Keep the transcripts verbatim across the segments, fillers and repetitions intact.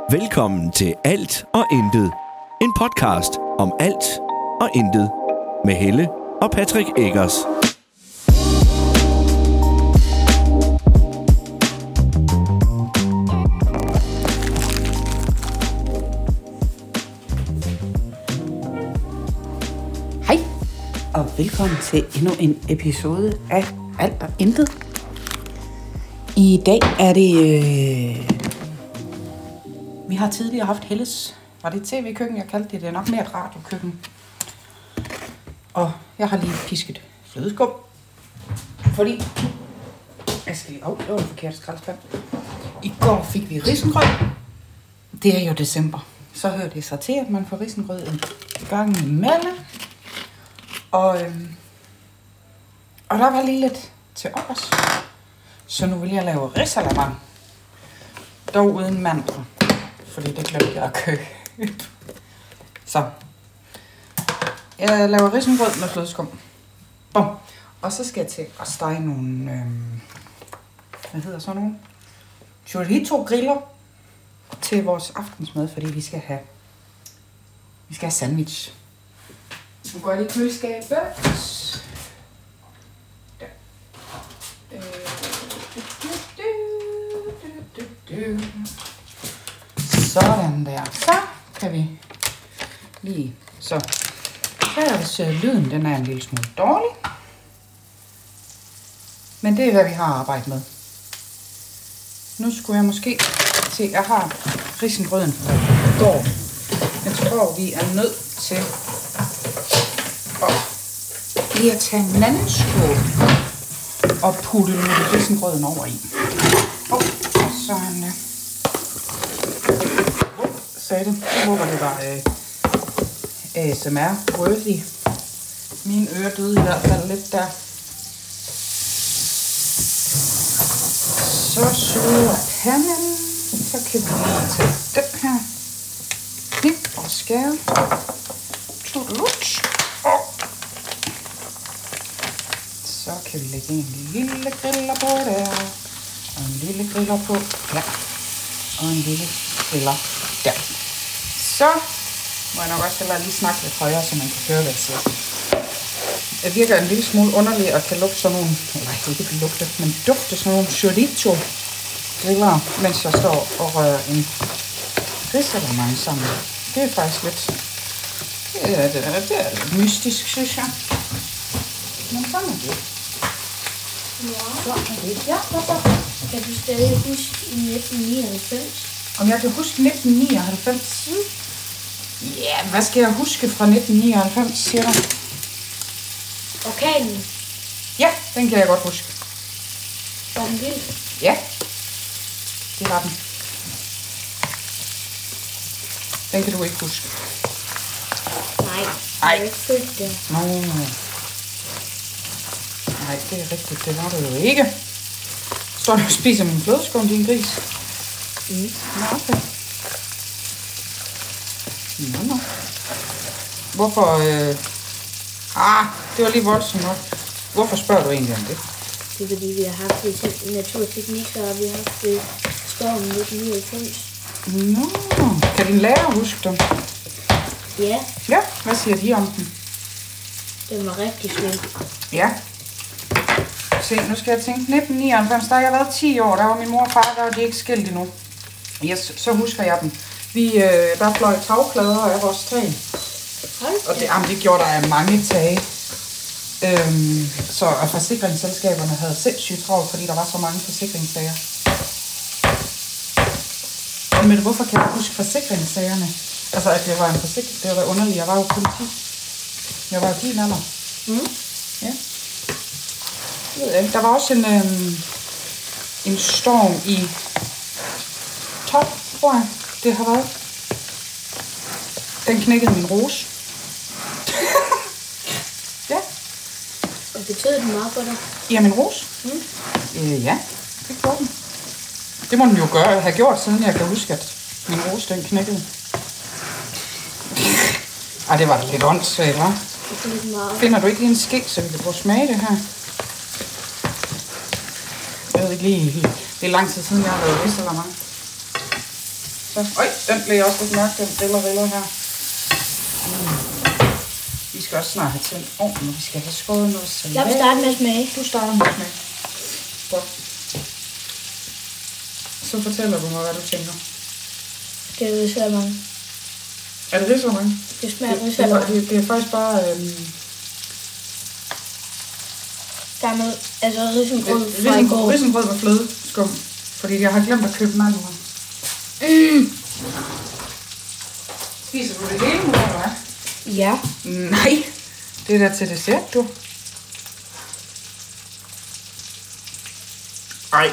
Velkommen til Alt og Intet. En podcast om alt og intet. Med Helle og Patrick Eggers. Hej, og velkommen til endnu en episode af Alt og Intet. I dag er det... Øh... Vi har tidligere haft Helles... Var det et tv-køkken, jeg kaldte det? Det er nok mere et radiokøkken. Og jeg har lige pisket flødeskum. Fordi... Jeg skal lige... Åh, oh, det var en forkert skraldespand. I går fik vi risengrød. Det er jo december. Så hører det sig til, at man får risengrød en gang imellem. Og, øhm, og der var lige lidt til os. Så nu vil jeg lave risalamande. Dog uden mandler. Fordi det glemte jeg at købe. Så. Jeg laver risengrød med flødeskum. Bum. Og så skal jeg til at stege nogle... Øhm, hvad hedder sådan nogle? Chorito griller til vores aftensmad, fordi vi skal have... Vi skal have sandwich. Nu går jeg lige i køleskabet. Der. Øh, du, du, du, du, du. Sådan der. Så kan vi lige... Så. Så er hvis lyden den er en lille smule dårlig. Men det er, hvad vi har arbejdet med. Nu skulle jeg måske til... Jeg har risengrøden fra i går. Jeg tror, vi er nødt til... Og lige at tage en anden skål og putte lidt risengrøden over i. Oh, og så en... Uh, oh, sagde det. Jeg håber, det var uh, A S M R-worthy. Mine ører døde i hvert fald lidt der. Så sluger panden. Så kan vi lige tage den her. Knip og skære. Tudelut. Så kan vi lægge en lille griller på der. Og en lille griller på der. Og en lille griller der. Så må jeg nok også hellere lige snakke lidt højere, så man kan høre, hvad jeg siger. Det virker en lille smule underligt at kan lugte sådan nogle, eller ikke lugte, men dufte sådan nogle chorizo griller, mens jeg står og rører en risalamande sammen. Det er faktisk lidt, det er, det er, det er lidt mystisk, synes jeg. Men sådan er det. Ja. Sådan er det. Ja, hvorfor kan du stadig huske i nitten nioghalvfems? Om jeg kan huske nitten nioghalvfems? Mm. Ja, hvad skal jeg huske fra nitten nioghalvfems, siger du? Orkanen. Ja, den kan jeg godt huske. Var den vild? Ja, det var den. Den kan du ikke huske. Nej, Ej. jeg er ikke født der. Nå. Nej, det er rigtigt. Det var det jo ikke. Står du og spiser min flødeskum, din gris? Mm. Nå, okay. Nå, nå. Hvorfor... Øh... Ah, det var lige voldsomt nok. Hvorfor spørger du egentlig om det? Det er fordi, vi har haft det i naturteknik, så har vi haft det stormen nitten nioghalvfems. Nå, kan din lærer huske dem? Ja, Ja, hvad siger de om den? den var rigtig slem. Ja. Se, nu skal jeg tænke, nitten nioghalvfems, der har jeg været ti år, der var min mor og far, der var de ikke skilt endnu. Yes, så husker jeg dem. Vi, øh, der fløj tagplader af vores tag. Og det, jamen, det gjorde der af mange tage. Øhm, så og forsikringsselskaberne havde sindssygt travlt, fordi der var så mange forsikringssager. Men hvorfor kan jeg huske forsikringssagerne? Altså, at det var en forsikring, det var underligt. Jeg var jo politi. Jeg var jo din alder. Mm. Ja. Der var også en, øhm, en storm i top, tror jeg, det har været. Den knækkede min rose. Ja. Og betød den meget for dig? Ja, min rose? Mm. Øh, ja, det gjorde den. Det må den jo gøre, have gjort, siden jeg kan huske, at min rose, den knækkede. Ej, det var da lidt åndssvagt, hva'? Finder du ikke lige en skik, så vi kan prøve at smage det her? Jeg ved ikke lige helt. Det er lang tid siden, jeg har lavet risalamande. Så så... Øj, den bliver også lidt mørk, den riller riller her. Mm. Vi skal også snart have tændt ovnen, og vi skal have skåret noget salat. Jeg vil starte med at smage. Du starter med at smage. Godt. Så fortæller du mig, hvad du tænker. Det er risalemang. Er det risalemang? Det smager det, det, risalemang. det, det, det er faktisk bare... Øhm, Gammel, altså risengrød fra i går. Risengrød med flødeskum, fordi jeg har glemt at købe mandler. Mm. Spiser du det hele nu, eller hvad? Ja. Nej, det er da til dessert, du. Ej.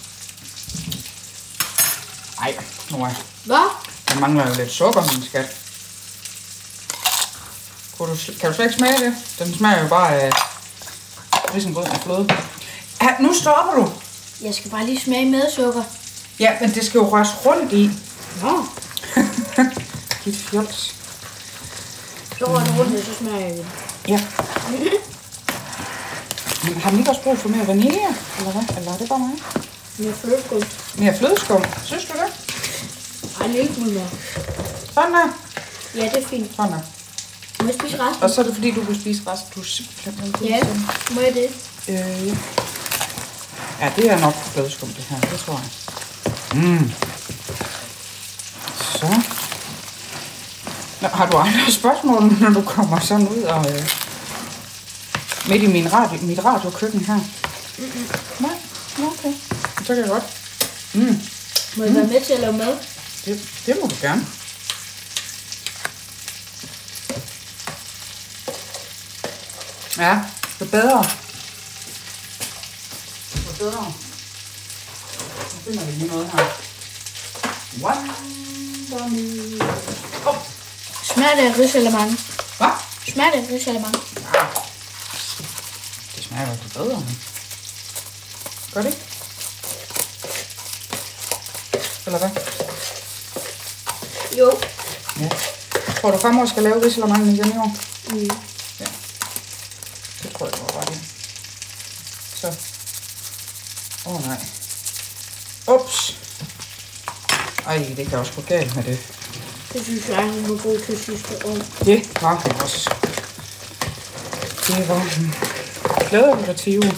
Ej, nu er Hvad? der mangler jo lidt sukker, min skat. Kan du, kan du slet ikke smage det? Den smager jo bare af risengrød med fløde. Ja, nu stopper du. Jeg skal bare lige smage med sukker. Ja, men det skal jo røres rundt i. Nå. Dit fjols. Så rører det rundt, og så smager jeg det. Ja. Men har den ikke også brug for mere vanilje? Eller hvad? Eller er det bare mig? Med flødeskum. Mere flødeskum? Synes du det? Ej, en lille smule mere. Sådan der. Ja, det er fint. Sådan der. Må jeg spise resten? Og så er det fordi, du vil spise resten. Du er simpelthen Ja, må jeg det? Øh, ja. Ja, det er nok flødeskum, det her. Det tror jeg. Mm. Så. Nå, har du andre spørgsmål, når du kommer sådan ud og... Øh, midt i min radio, mit radiokøkken her? Mm-mm. Nej, okay. Så kan jeg godt. Mm. Må jeg mm. være med til at lave mad? Det, det må du gerne. Ja, det er bedre. Det er bedre. Nu finder vi lige noget her. Wondermilk. Oh. Smager det af risalemang? Hvad? Smager det af risalemang? Ja. Det smager jo lidt bedre. Gør det ikke? Eller hvad? Jo. Ja. Tror du fremover skal lave risalemang igen i år? Mm. Ja. Det tror jeg, du var ret i. Så. Åh oh, nej. Ups. Ej, det kan også gå galt med det. Det synes jeg, han var god til sidste år. Det var han også. Det var han. Glæder du dig til jul?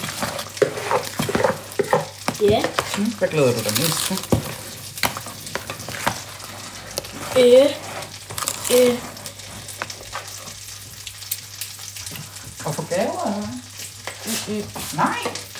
Ja. Mm, hvad glæder du dig mest til? Øh. Øh. Og få gaver, eller hvad? Mm-mm. Nej.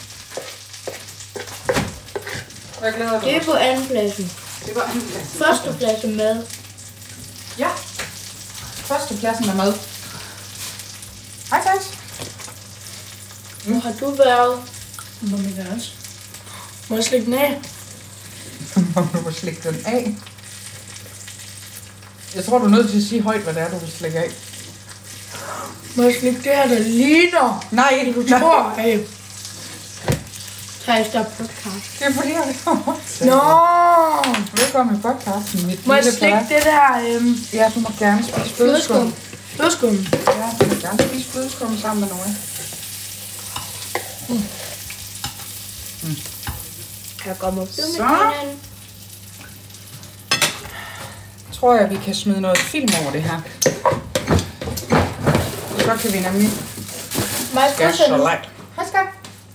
Hvad glæder du Det er dig? på anden pladsen. Det var andenpladsen. Første pladsen med. Ja. Førstepladsen er med. Hej, Thijs. Hvor har du været? På mit værelse. Må jeg slikke den af? Må du må slikke den af? Jeg tror, du er nødt til at sige højt, hvad det er, du vil slikke af. Må jeg slikke det her, der ligner? Nej, Du tror, hey. Thijs, der er podcast. det er fordi, jeg kommer til. Nå! Velkommen i podcasten. Mit Må jeg lille slikke plade. det der øhm, Ja, du må gerne spise flødeskum. flødeskum? Flødeskum. Ja, du må gerne spise flødeskum sammen med nogen. Mm. Mm. Jeg kommer op med Så. hinanden. Tror jeg, vi kan smide noget film over det her. Så kan vi nemlig... Må jeg Skal spise så den? lejt. Hej, skat.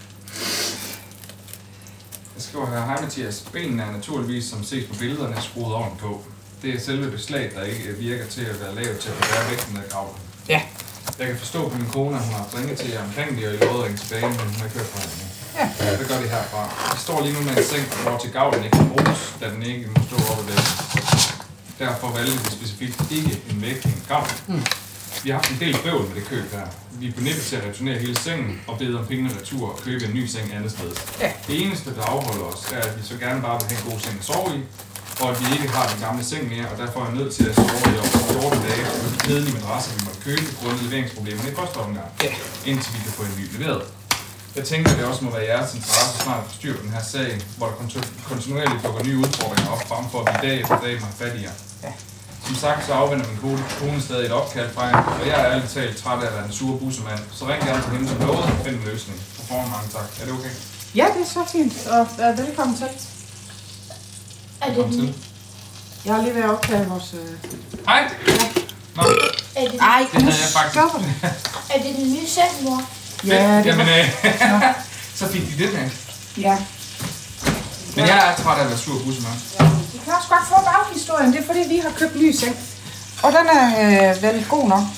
Jeg skriver her, hej Mathias, benene er naturligvis, som ses på billederne, skruet ovenpå. Det er selve beslaget, der ikke virker til at være lavet til at bære vægten af gravlen. Ja. Jeg kan forstå på min kone, at hun har ringet til jer omkring det, og I lovede at ringe tilbage, men hun har kørt fra hende. Ja. Hvad gør det herfra? Vi står lige nu med en seng, hvor til gavlen ikke kan bruges, da den ikke må stå op ad væggen. Derfor valgte vi specifikt ikke en vægt i en gavl. Mm. Vi har haft en del bøvl med det køb her. Vi er på nippet til at returnere hele sengen og bede om pengene retur og købe en ny seng andet sted. Ja. Det eneste, der afholder os, er, at vi så gerne bare vil have en god seng at sove i, og at vi ikke har den gamle seng mere, og derfor er nødt til at sove i over fjorten dage på de kedelige madrasser, vi måtte købe, grundet leveringsproblemerne i første omgang, Ja. indtil vi kan få en ny leveret. Jeg tænker, at det også må være jeres interesse snart at styre på den her sag, hvor der kontinuerligt dukker nye udfordringer op, frem for at vi dag efter dag må have fat i jer. Ja. Som sagt, så afvender min kone, kone stadig et opkald fra jer, og jeg er ærligt talt træt af at være den sure bussemand, så ring gerne til hende som lovet og find en løsning. På forhånd mange tak. Er det okay? Ja, det er så fint. Og uh, velkommen til. Er det Velkommen den? til. Jeg er lige ved at optage vores... Øh... Hej. Nå, Er det, Ej, det nu havde jeg faktisk. stopper det. er det den nye seng, mor? Ja, det Jamen, var... øh, så fik de det med. Ja. Men jeg er træt af at være sur bussemand. Vi kan også godt få baghistorien. Det er fordi, vi har købt ny seng. Og den er øh, vel god nok.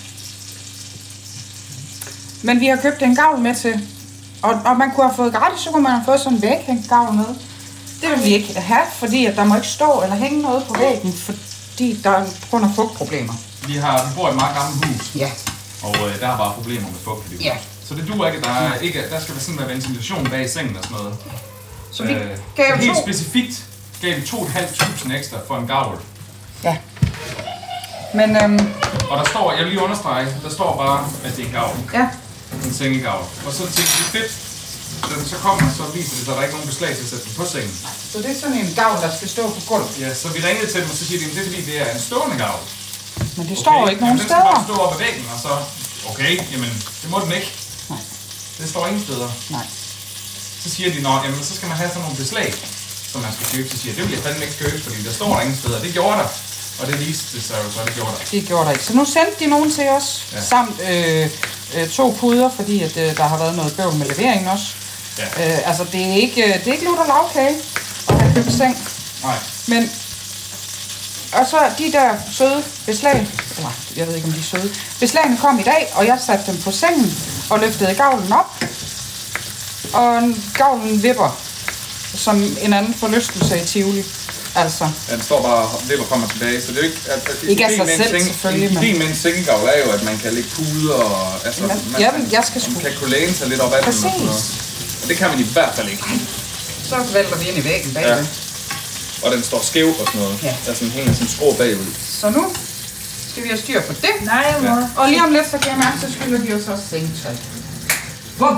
Men vi har købt en gavl med til. Og, og man kunne have fået gratis, så kunne man have fået sådan en væghængt gavl med. Det vil vi ikke have, fordi at der må ikke stå eller hænge noget på væggen, fordi der er på grund af fugtproblemer. Vi, har, vi bor i et meget gammelt hus, Ja. og øh, der er bare problemer med fugt. Ja. Så det duer ikke, der, er ikke, der skal sådan være ventilation bag sengen og sådan noget. Så vi Øh, gav så helt to. specifikt gav vi to tusind fem hundrede ekstra for en gavl. Ja. Men øhm, Og der står, jeg vil lige understrege, der står bare, at det er en gavl. ja, En sengegavl. Og så tænkte vi fedt. Da den så kommer, så viser det sig, at der er ikke nogen beslag til at sætte den på sengen. så det er sådan en gavl, der skal stå på gulvet. Ja, så vi ringede til dem, og så siger de, at det er fordi, det er en stående gavl. Men det står jo ikke nogen den steder. Den skal bare stå op ad væggen, og så... Okay, jamen, det må den ikke. Nej. Det står ingen steder. Nej. Så siger de, nå, jamen, så skal man have sådan nogle beslag, som man skal købe. Så siger jeg, det vil jeg fandme ikke købe, fordi der står der ingen steder. Det gjorde der. Og det viste det sig jo så, det gjorde der. Det gjorde der ikke. Så nu sendte de nogen til os, Ja. samt øh, øh, to puder, fordi at, øh, der har været noget bøvl med leveringen også. Ja. Øh, altså, det er ikke, det er ikke lutter lavkage at have købt seng. Nej. Men, og så de der søde beslag, eller jeg ved ikke om de er søde, beslagene kom i dag, og jeg satte dem på sengen og løftede gavlen op. Og gavlen vipper som en anden forlystelse i Tivoli. Altså, Ja, den står bare og vipper frem og tilbage, så det er jo ikke... At, at Ikke af sig ideen med en selv, seng- selvfølgelig, men- Ideen med en sengegavl er jo, at man kan lægge puder og... Altså, Men man, jeg vil- jeg skal man sgu- kan kunne læne sig lidt op ad den og sådan Præcis. noget. Og det kan man i hvert fald ikke. så vælter vi ind i væggen bagved. Ja. Og den står skæv og sådan noget. Ja. Der sådan hænger sådan en skrå bagud. Så nu skal vi have styr på det. Nej, mor. Og lige om lidt, så kan jeg mærke, så skylder de os også sengetøj. Bum!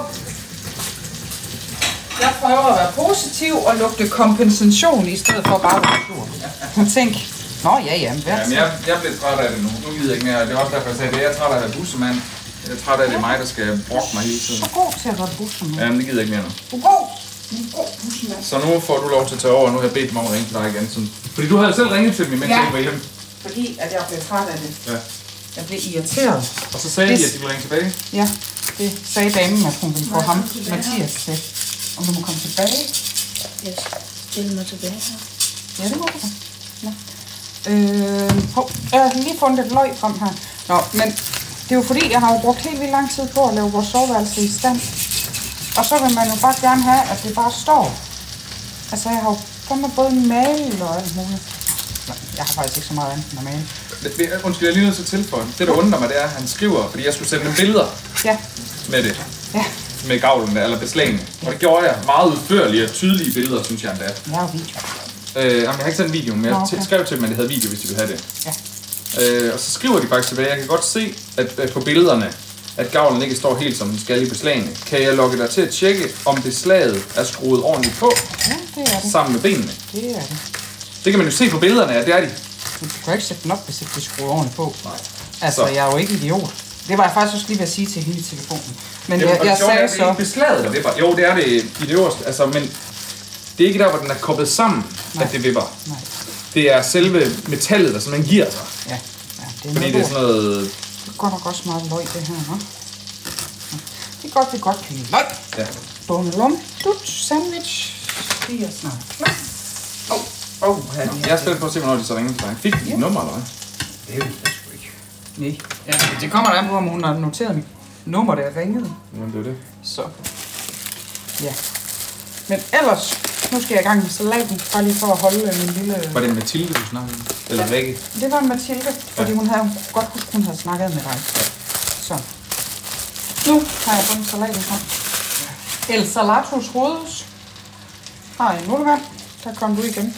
Jeg prøver at være positiv og lugte kompensation, i stedet for bare at være sur. Hun tænker, nå ja, ja, hvad Jamen, jeg, jeg bliver træt af det nu. Nu gider jeg ikke mere. Det er også derfor, jeg sagde, at jeg er træt af at være bussemand. Jeg er træt af, at det er mig, der skal brokke mig hele tiden. så god til at være bussemand. Jamen, det gider jeg ikke mere nu. Du er god. Du er god bussemand. Så nu får du lov til at tage over, og nu har jeg bedt dem om at ringe til dig igen. Sådan. Fordi du havde selv ringet til dem, mens Ja. jeg ikke var hjemme. Fordi at jeg blev træt af det. Ja. Jeg blev irriteret. Og så sagde Det- de, at de ville ringe tilbage. Ja, det sagde damen, at hun ville få ham, Mathias, til. Om du må komme tilbage. Jeg stiller mig tilbage her. Ja, det må du da. Nå. Øh, hov, jeg har lige fundet et løg frem her. Nå, men det er jo fordi, jeg har jo brugt helt vildt lang tid på at lave vores soveværelse i stand. Og så vil man jo bare gerne have, at det bare står. Altså, jeg har jo fandme både mail og alt muligt. Nå, jeg har faktisk ikke så meget andet end at male. Det- Undskyld, jeg er lige nødt til at tilføje. Det, der undrer mig, det er, at han skriver, fordi jeg skulle sende nogle billeder Ja, med det. ja. Med gavlen der, eller beslagene. Og det gjorde jeg meget udførlige og tydelige billeder, synes jeg endda. Jeg har jo video. Øh, jamen, jeg har ikke sendt videoen, men jeg Nå, okay. okay. skrev til dem, at de havde video, hvis de ville have det. Ja. Øh, og så skriver de faktisk tilbage, jeg kan godt se at, at på billederne, at gavlen ikke står helt som den skal i beslagene. Kan jeg logge dig til at tjekke, om beslaget er skruet ordentligt på, Ja, det er det. sammen med benene? Det er det. Det kan man jo se på billederne, at det er de. Du kan ikke sætte den op, hvis ikke det skruer ordentligt på. Nej. Altså, Så. jeg er jo ikke idiot. Det var jeg faktisk også lige ved at sige til hende i telefonen. Men Jamen, jeg, og jeg det sjove er, sagde at det er så... ikke beslaget, der vipper. Jo, det er det i det øverste, altså, men det er ikke der, hvor den er koblet sammen, Nej. at det vipper. Nej, Det er selve metallet, der simpelthen giver sig. ja. ja det er Fordi noget det er sådan noget... Det er godt nok også meget løg, det her, hva'? Det er godt, vi godt kan lide løg. Ja. Bonelum, dut, sandwich. Det er snart klar. Åh, oh, oh, Jeg er spændt på at se, hvornår de så ringer til dig. Fik de Ja. et nummer, eller hvad? det er jo sgu ikke. Nej, ja, det kommer der an på, om hun har noteret mit nummer, der er ringet. Jamen, det er det. Så, ja. Men ellers, nu skal jeg i gang med salaten, bare lige for at holde min lille... Var det Mathilde, du snakkede med? Eller Ja. Rikke? Det var Mathilde, fordi Ja. hun havde godt huske, hun havde snakket med dig. Så. Nu har jeg fundet salaten frem. El Salatus Rodes. Har en nulvand. Der kom du igen.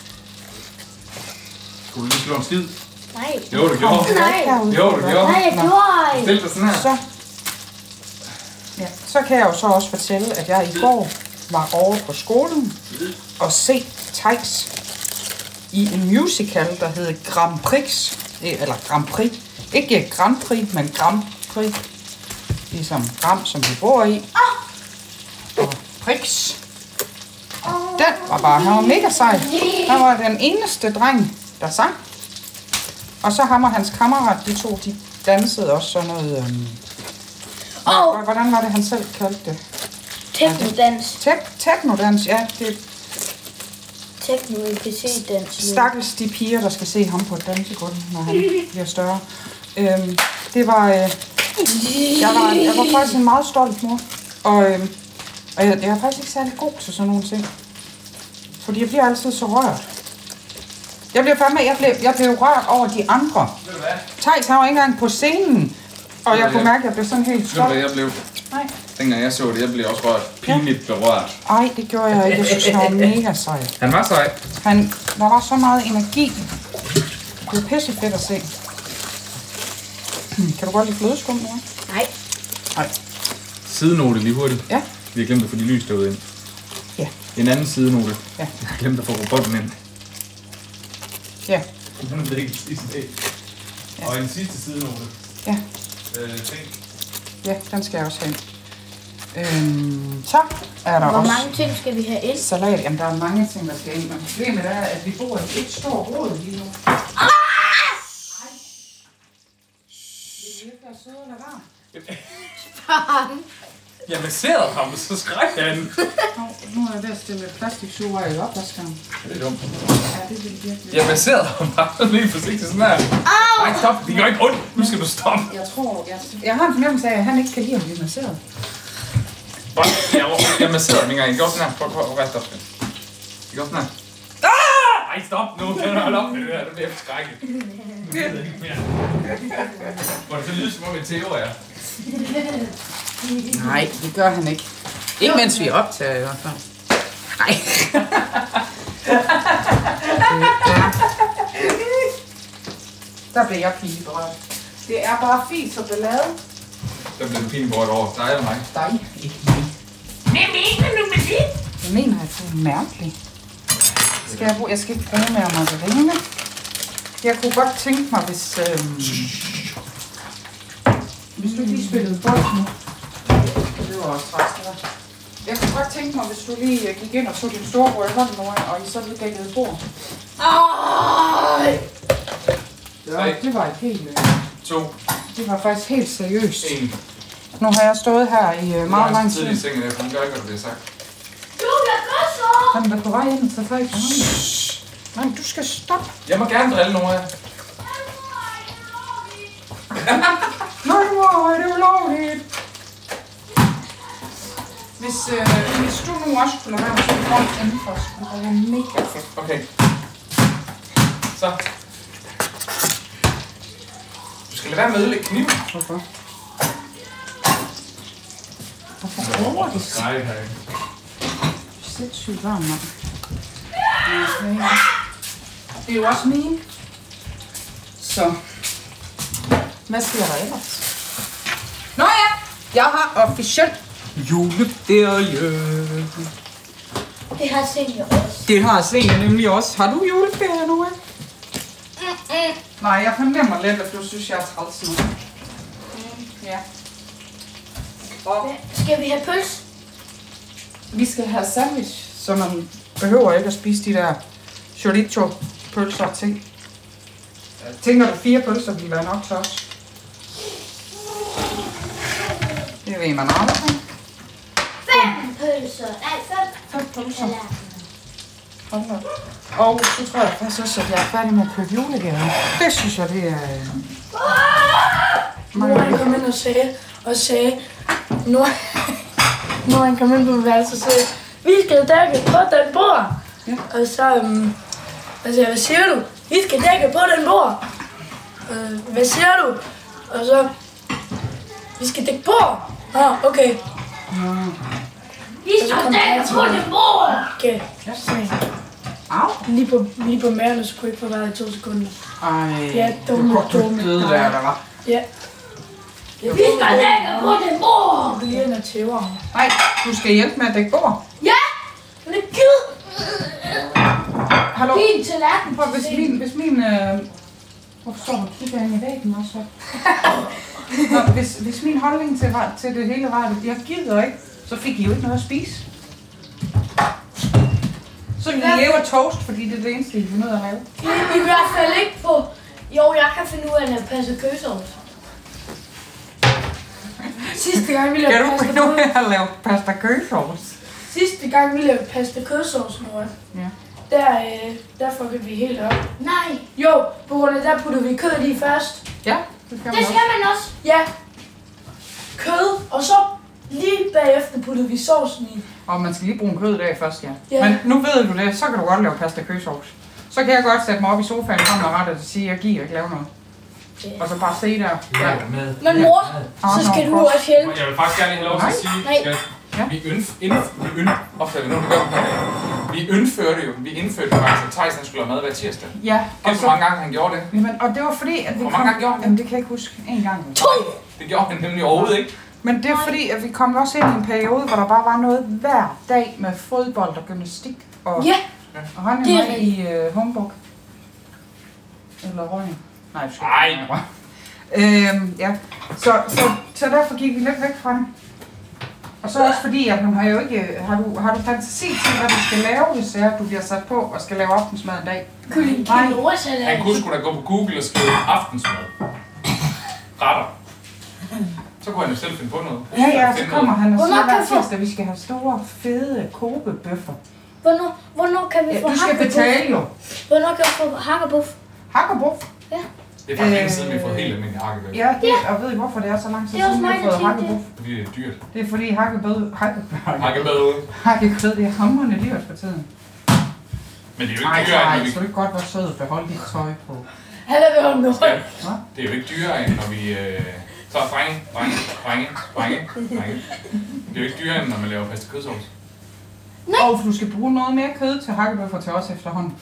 Skulle du lige slå en skid? Nej. Jo, det gjorde. Nej. Jo, det gjorde. Nej, jeg Nå. gjorde ikke. Stil dig sådan her. Så. Ja, så kan jeg jo så også fortælle, at jeg i går var over på skolen og se Theis i en musical, der hedder Grand Prix. Eh, Eller Grand Prix. Ikke Grand Prix, men Grand Prix. Ligesom Gram, som vi bor i. Og Prix. Den var bare, han var mega sej. Han var den eneste dreng der sang. Og så ham og hans kammerat, de to, de dansede også sådan noget... Øhm, Oh. Hvordan var det, han selv kaldte det? Teknodans. Tek- Teknodans, ja. Det Tekno-N P C-dans. stakkels de piger, der skal se ham på et dansegulv, når han bliver større. Øhm, det var... Øh, jeg, var jeg var faktisk en meget stolt mor. Og, øh, og jeg, jeg er faktisk ikke særlig god til sådan nogle ting. Fordi jeg bliver altid så rørt. Jeg bliver fandme, jeg blev, jeg blev rørt over de andre. Ved du hvad? Theis, han var ikke engang på scenen. Og jeg kunne mærke, at jeg blev sådan helt Ved du hvad stolt. jeg blev? Nej. Dengang jeg så det, jeg blev også rørt. Pinligt berørt. Ej, det gjorde jeg ikke. Jeg synes, han var mega sej. Han var sej. Han, der var så meget energi. Det var pisse fedt at se. Hmm, kan du godt lide flødeskum nu? Nej. Nej. Sidenote lige hurtigt. Ja. Vi har glemt at få de lys derude ind. Ja. En anden sidenote. Ja. Jeg har glemt at få robotten ind. Ja. Den er ikke sidste dag. Ja. Og en sidste sidenote. Ja. Øh, ting. Ja, den skal jeg også have. Øhm, så er der Hvor også mange ting skal vi have ind? salat. Jamen, der er mange ting, der skal ind. Men problemet er, at vi bor i et stort råd lige nu. Ah! Vil I ikke være søde eller varm? Jeg masserede ham, så skræk han. Nå, nu er jeg ved at stille plastiksuger i opvaskeren. Det er dumt. Ja, det vil virkelig. Jeg masserede ham bare lige forsigtigt sådan her. Nej, stop. Det gør ikke ondt. Nu skal du stoppe. Jeg tror, jeg, jeg har en fornemmelse af, at han ikke kan lide at blive masseret. Jeg, jeg masserede ham en gang. Jeg gjorde sådan her. Prøv, prøv, prøv, prøv, stop. Jeg gjorde sådan her. Nej, stop nu. Kan du holde op med det der? Det bliver forskrækket. Nu gider jeg ikke mere. Hvor det så lyder som om et tæver er. Nej, det gør han ikke. Ikke mens vi optager i hvert fald. Nej. Der blev jeg pinligt berørt. Det er bare fint og ballade. Der blev en pin på et år. Dig eller mig? Dig, ikke mig. Hvad mener du med det? Jeg mener, at det er mærkeligt. Skal jeg, bruge, jeg skal ikke bruge mere margarine. Jeg kunne godt tænke mig, hvis... Øhm, hvis du lige spillede bold nu. Det var også resten. Jeg kunne godt tænke mig, hvis du lige gik ind og tog din store brød i hånden, og I så lige dækkede bord. Ej! Ja, det var et helt... Øh, To. det var faktisk helt seriøst. En. Nu har jeg stået her i øh, meget lang tid. Jeg er tidlig i sengen, jeg gør ikke, hvad der bliver sagt. Du kan godt så! Han er på vej ind, så faktisk. Nej, du skal stoppe. Jeg må gerne drille nogle af jer. Nej, mor, er det ulovligt. Hvis, øh, hvis du nu også skulle lade være med at sætte rundt indenfor, så kunne det være mega fedt. Okay. Så. Du skal lade være med at ødelægge kniven. Hvorfor? Hvorfor bruger de så Skræk her. sindssygt varmt, mand? Okay. Det er jo også mine. Så. Hvad sker der ellers? Nå ja, jeg har officielt juleferie. Det har Senior også. Det har Senior nemlig også. Har du juleferie nu, ikke? Mm-mm. Nej, jeg fornemmer lidt, at du synes, jeg er træls nu. Ja. Og Skal vi have pøls? vi skal have sandwich, så man behøver ikke at spise de der chorizo-pølser til. Jeg tænker, at fire pølser vil være nok til os. Det ved man aldrig. Fem pølser. Nej, fem. Fem pølser. Eller... Hold da. Og så tror jeg faktisk også, at jeg er færdig med at købe julegaver. Det synes jeg, det er... Nu han kom ind og sagde, og sagde, nu, nu han kom ind på mit værelse og sagde, vi skal dække på den bord. Ja. Og så, um, og så, hvad siger du? Vi skal dække på den bord. Uh, hvad siger du? Og så, vi skal dække bord. Ah, okay. Vi skal dække på den bord. Okay. Au. Lige på, lige på maven, så kunne jeg ikke få været i to sekunder. Ej, Ja, du dumme, kunne dumme. døde der, der var. Ja. Vi skal dække på den bord. Du lige og tæver ham. Nej, du skal hjælpe med at dække bord. Ja! Men det er gid! Hallo? Din tallerken. Prøv, hvis min... Hvis min øh... Hvorfor står du kigger ind i væggen også? Nå, hvis, hvis min holdning til, var, til det hele var, at jeg gider ikke, så fik I jo ikke noget at spise. Så kan vi leve af toast, fordi det er det eneste, I finder ud af at lave. I, I hvert fald ikke på... Jo, jeg kan finde ud af at passe kødsovs. Sidste gang vi lavede pasta Kan du finde ud af at lave pasta kødsovs? Sidste gang vi lavede pasta kødsovs, Nora. Ja. Der, øh, der fuckede vi helt op. Nej. Jo, på grund af der puttede vi kød i først. Ja, det skal man Det skal man også. Ja. Kød, og så lige bagefter puttede vi sovsen i. Og man skal lige bruge kød der først, ja. Ja. Men nu ved du det, så kan du godt lave pasta kødsovs. Så kan jeg godt sætte mig op i sofaen fremadrettet og sige, at jeg giver ikke lave noget. Yeah. Og så bare se der. Ja, med. Men mor, så skal du også hjælpe. Jeg vil faktisk gerne have lov til at sige, Nej. at Ja. vi indf... indf... vi indf... Opfatter vi nu, det gør vi. Vi indførte jo, vi indførte faktisk, at Thijs han skulle have mad hver tirsdag. Ja, og Gæt, hvor mange gange han gjorde det? Jamen, og det var fordi, at vi Hvor kom... mange gange gjorde han det? Jamen, det kan jeg ikke huske. En gang. To! Det gjorde han nemlig overhovedet ikke. Men det er fordi, at vi kom også ind i en periode, hvor der bare var noget hver dag med fodbold og gymnastik. Og, Ja, og han er det er med i uh, Homburg. Eller Røgen. Nej, du skal Ej. Øhm, ja. Så, så, så derfor gik vi lidt væk fra det. Og så også fordi, at man har jo ikke... Har du, har du fantasi til, hvad du skal lave, hvis det er, at du bliver sat på og skal lave aftensmad en dag? kylling Nej. quinoa-salat. Han kunne sgu da gå på Google og skrive aftensmad. Retter. Så kunne han jo selv finde på noget. Ja, ja, så kommer han og Hvornår siger kan hver jeg få- tirsdag, at vi skal have store, fede kobebøffer. Hvornår, hvornår kan vi Ja, få du skal hakkebuff? betale jo. Hvornår kan vi få hakkebuff? Hakkebuff. Det er faktisk længe siden, vi har fået helt almindelig hakkebøf. Ja, det, og ved I hvorfor det er så lang tid Det er også siden, vi mig, har der fået siger hakkebuff? Fordi det er dyrt. Det er fordi hakkebød, hakke, Hakkebøde. hakkekød, det er hamrende dyrt for tiden. Men det er jo Nej, ikke dyrere, end nej, når vi... så du ikke godt være sød og beholde dit tøj på. Han er ved om noget. Ja, det er jo ikke dyrere, end når vi... Øh... Så drenge, drenge, drenge, drenge, drenge. Det er jo ikke dyrere, end når man laver pasta kødsovs. Og du skal bruge noget mere kød til hakkebøffer til os efterhånden.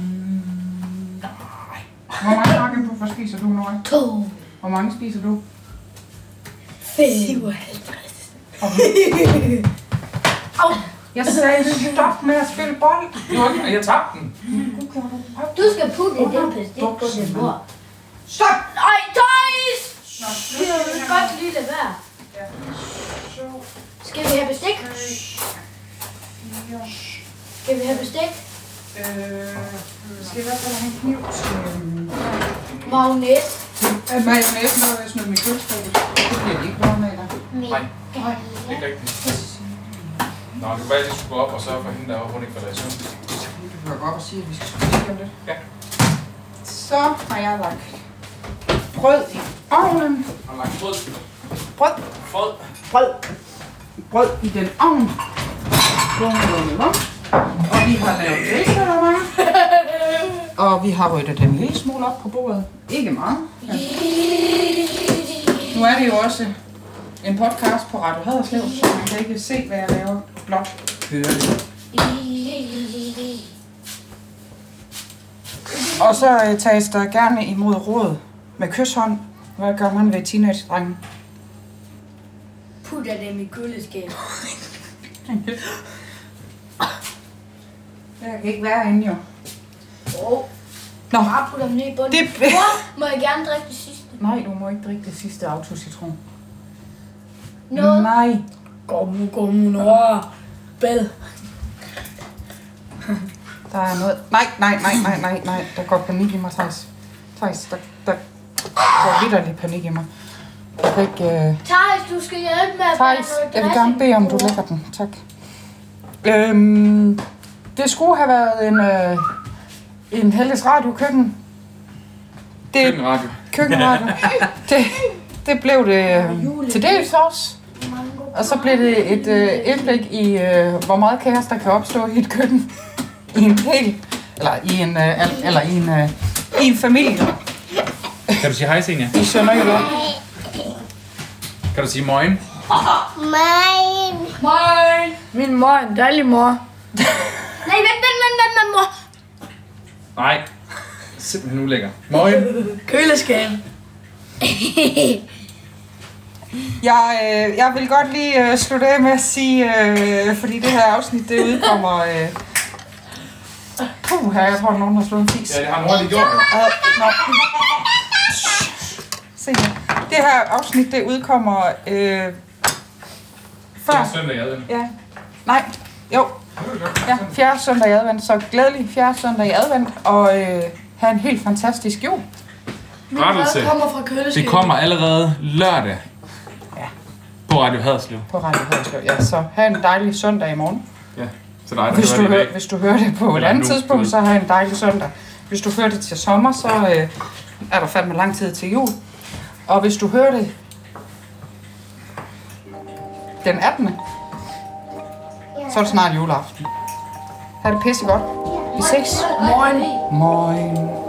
Hvor mange hakkebøffer spiser du, Nora? To. Hvor mange spiser du? syvoghalvtreds. Au! Jeg sagde stop med at spille bold. Du har ikke... Jeg tabte den. Du skal putte den pestik på den bord. Stop! Ej, Thijs! Du skal godt lige lade være. Skal vi have bestik? Skal vi have bestik? Øh, vi skal i hvert fald have en kniv til... Øh, Magnet. at mayonnaise, når jeg smider min køleskab. Det bliver de ikke noget med, der. Nej, nej, det er ikke rigtigt. Nå, det kan være, at jeg skulle gå op og sørge for hende deroppe, hun ikke falder i søvn. Du kan gå op og sige, at vi skal spise om lidt. Ja. Så har jeg lagt brød i ovnen. Og lagt brød. Brød. Brød. Brød. Brød i den ovn. Bum, bum, bum. Og vi har lavet grillsøddervarer. Og vi har ryddet en lille smule op på bordet. Ikke meget. Ja. Nu er det jo også en podcast på Radio Haderslev, så man kan ikke se, hvad jeg laver. Blot høre det. Og så øh, tages der gerne imod råd med kyshånd. Hvad gør man ved teenage-drengen? Putter dem i køleskab. Jeg kan ikke være inde, jo. Åh. Nå, Bare putter dem ned i bunden. det... Mor, må jeg gerne drikke det sidste? Nej, du må ikke drikke det sidste autocitron. Noget? Nej. Kom, kom, Nora. Bed. Der er noget... Nej, nej, nej, nej, nej, nej. Der går panik i mig, Thijs. Thijs, der, der går vitterlig panik i mig. Jeg kan ikke... Uh... Thijs, du skal hjælpe med at bage Thijs, noget jeg vil dressing gerne bede om, du på. lægger den. Tak. Øhm, det skulle have været en, øh, en Helles Radio-køkken. Det, Køkkenradio. køkkenradio. det, det blev det øh, til dels også. Og så blev det et øh, indblik i, øh, hvor meget kaos der kan opstå i et køkken. I en hel, eller i en, øh, al- eller i en, øh, i en familie Kan du sige hej, Senja? i Sønderjylland. Kan du sige morgen? Mine. Mor. Min mor er en dejlig mor. Nej, vent, vent, vent, vent, vent, mor. Nej. Simpelthen ulækker. Morgen. Køleskab. Jeg, øh, jeg vil godt lige øh, slutte af med at sige, øh, fordi det her afsnit, det udkommer... Øh, puh, her, jeg tror, nogen har slået en fis. Ja, det har Nora lige gjort. Uh, no. Se her. Det her afsnit, det udkommer øh, Det før... er søndag, jeg ved. Ja. Nej, jo. Ja, fjerde søndag i advent. Så glædelig fjerde søndag i advent. Og øh, have en helt fantastisk jul. Min mad kommer fra køleskabet. Det kommer allerede lørdag. Ja. På Radio Haderslev. På Radio Haderslev, ja. Så have en dejlig søndag i morgen. Ja, så dig, der Hvis du, hører det i hører, dag. hvis du hører det på et Eller andet nu, tidspunkt, du- så have en dejlig søndag. Hvis du hører det til sommer, så øh, er der fandme lang tid til jul. Og hvis du hører det den attende så er det snart juleaften. Ha' det pisse godt. Vi ses. Morgen. Moin.